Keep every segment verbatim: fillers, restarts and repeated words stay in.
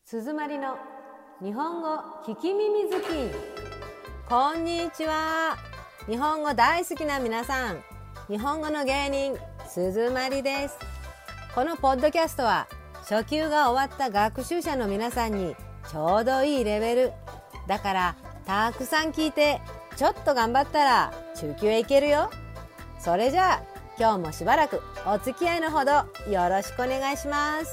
鈴まりの日本語聞き耳好き。こんにちは。日本語大好きな皆さん、日本語の芸人鈴まりです。このポッドキャストは初級が終わった学習者の皆さんにちょうどいいレベルだから、たくさん聞いてちょっと頑張ったら中級へ行けるよ。それじゃあ今日もしばらくお付き合いのほどよろしくお願いします。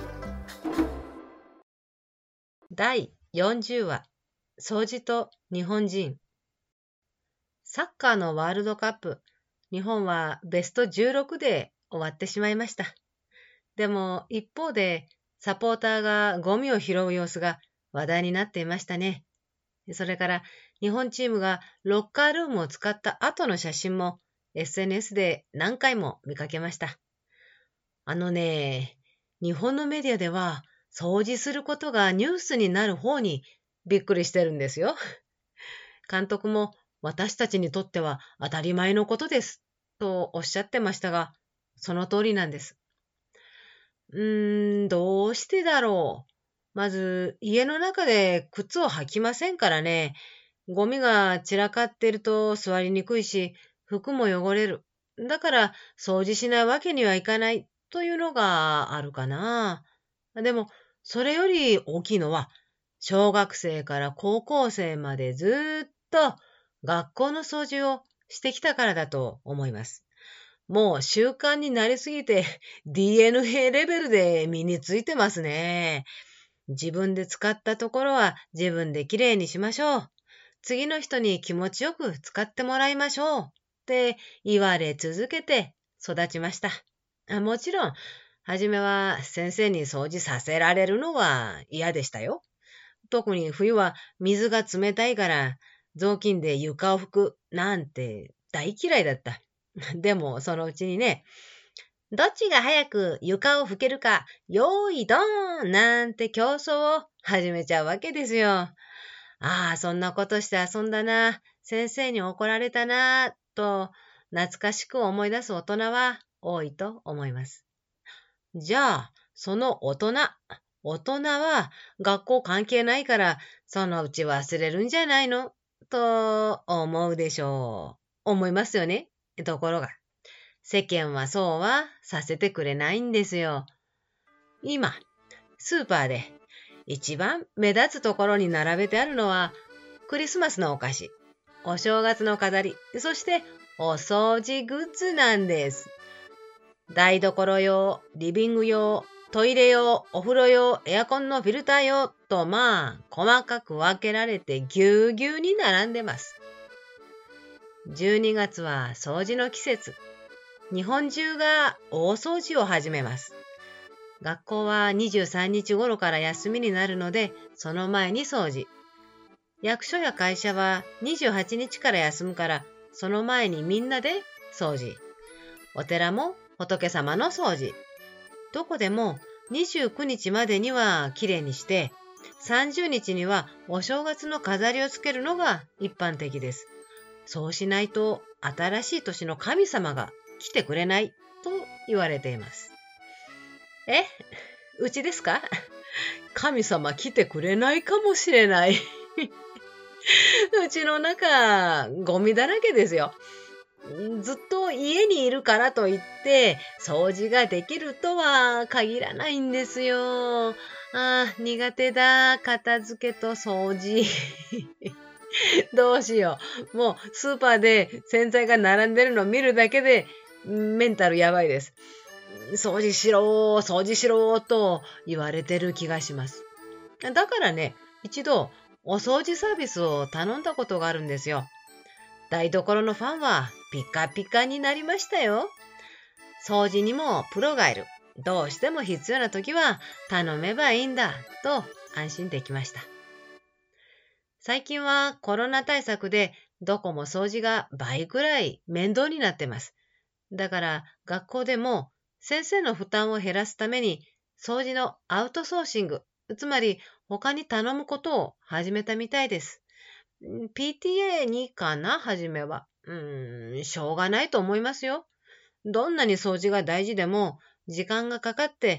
だいよんじゅうわ、掃除と日本人。サッカーのワールドカップ、日本はベストじゅうろくで終わってしまいました。でも一方でサポーターがゴミを拾う様子が話題になっていましたね。それから日本チームがロッカールームを使った後の写真も エスエヌエス で何回も見かけました。あのね、日本のメディアでは掃除することがニュースになる方にびっくりしてるんですよ。監督も私たちにとっては当たり前のことですとおっしゃってましたが、その通りなんです。うーん、どうしてだろう。まず家の中で靴を履きませんからね。ゴミが散らかっていると座りにくいし、服も汚れる。だから掃除しないわけにはいかないというのがあるかな。でもそれより大きいのは、小学生から高校生までずっと学校の掃除をしてきたからだと思います。もう習慣になりすぎて ディーエヌエー レベルで身についてますね。自分で使ったところは自分できれいにしましょう。次の人に気持ちよく使ってもらいましょうって言われ続けて育ちました。もちろん、はじめは先生に掃除させられるのは嫌でしたよ。特に冬は水が冷たいから雑巾で床を拭くなんて大嫌いだった。でもそのうちにね、どっちが早く床を拭けるか、よーいドーンなんて競争を始めちゃうわけですよ。ああ、そんなことして遊んだな、先生に怒られたな、と懐かしく思い出す大人は多いと思います。じゃあ、その大人、大人は学校関係ないから、そのうち忘れるんじゃないのと思うでしょう。思いますよね。ところが、世間はそうはさせてくれないんですよ。今、スーパーで一番目立つところに並べてあるのは、クリスマスのお菓子、お正月の飾り、そしてお掃除グッズなんです。台所用、リビング用、トイレ用、お風呂用、エアコンのフィルター用と、まあ細かく分けられてぎゅうぎゅうに並んでます。じゅうにがつは掃除の季節。日本中が大掃除を始めます。学校はにじゅうさんにち頃から休みになるので、その前に掃除。役所や会社はにじゅうはちにちから休むから、その前にみんなで掃除。お寺も仏様の掃除。どこでもにじゅうくにちまでにはきれいにして、さんじゅうにちにはお正月の飾りをつけるのが一般的です。そうしないと新しい年の神様が来てくれないと言われています。え、うちですか？神様来てくれないかもしれない。うちの中、ゴミだらけですよ。ずっと家にいるからといって掃除ができるとは限らないんですよ。ああ、苦手だ。片付けと掃除。どうしよう。もうスーパーで洗剤が並んでるのを見るだけでメンタルやばいです。掃除しろ、掃除しろと言われてる気がします。だからね、一度お掃除サービスを頼んだことがあるんですよ。台所のファンはピカピカになりましたよ。掃除にもプロがいる。どうしても必要な時は頼めばいいんだと安心できました。最近はコロナ対策でどこも掃除が倍くらい面倒になってます。だから学校でも先生の負担を減らすために掃除のアウトソーシング、つまり他に頼むことを始めたみたいです。ピーティーエー にかな、はじめは。うーん、しょうがないと思いますよ。どんなに掃除が大事でも、時間がかかって、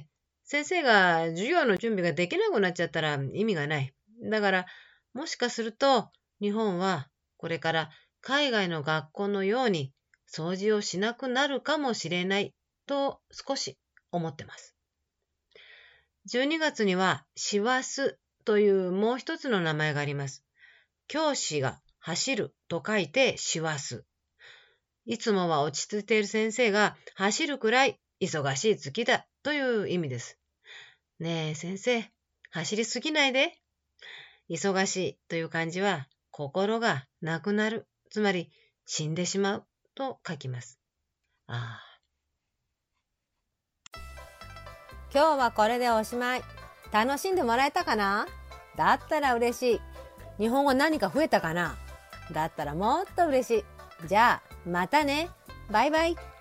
先生が授業の準備ができなくなっちゃったら意味がない。だから、もしかすると日本はこれから海外の学校のように掃除をしなくなるかもしれないと少し思ってます。じゅうにがつには師走というもう一つの名前があります。教師が走ると書いて師走。いつもは落ち着いている先生が走るくらい忙しい月だという意味です。ねえ先生、走りすぎないで。忙しいという漢字は心がなくなる、つまり死んでしまうと書きます。ああ。 今日はこれでおしまい。楽しんでもらえたかな？だったら嬉しい。日本語何か増えたかな？だったらもっと嬉しい。じゃあまたね。バイバイ。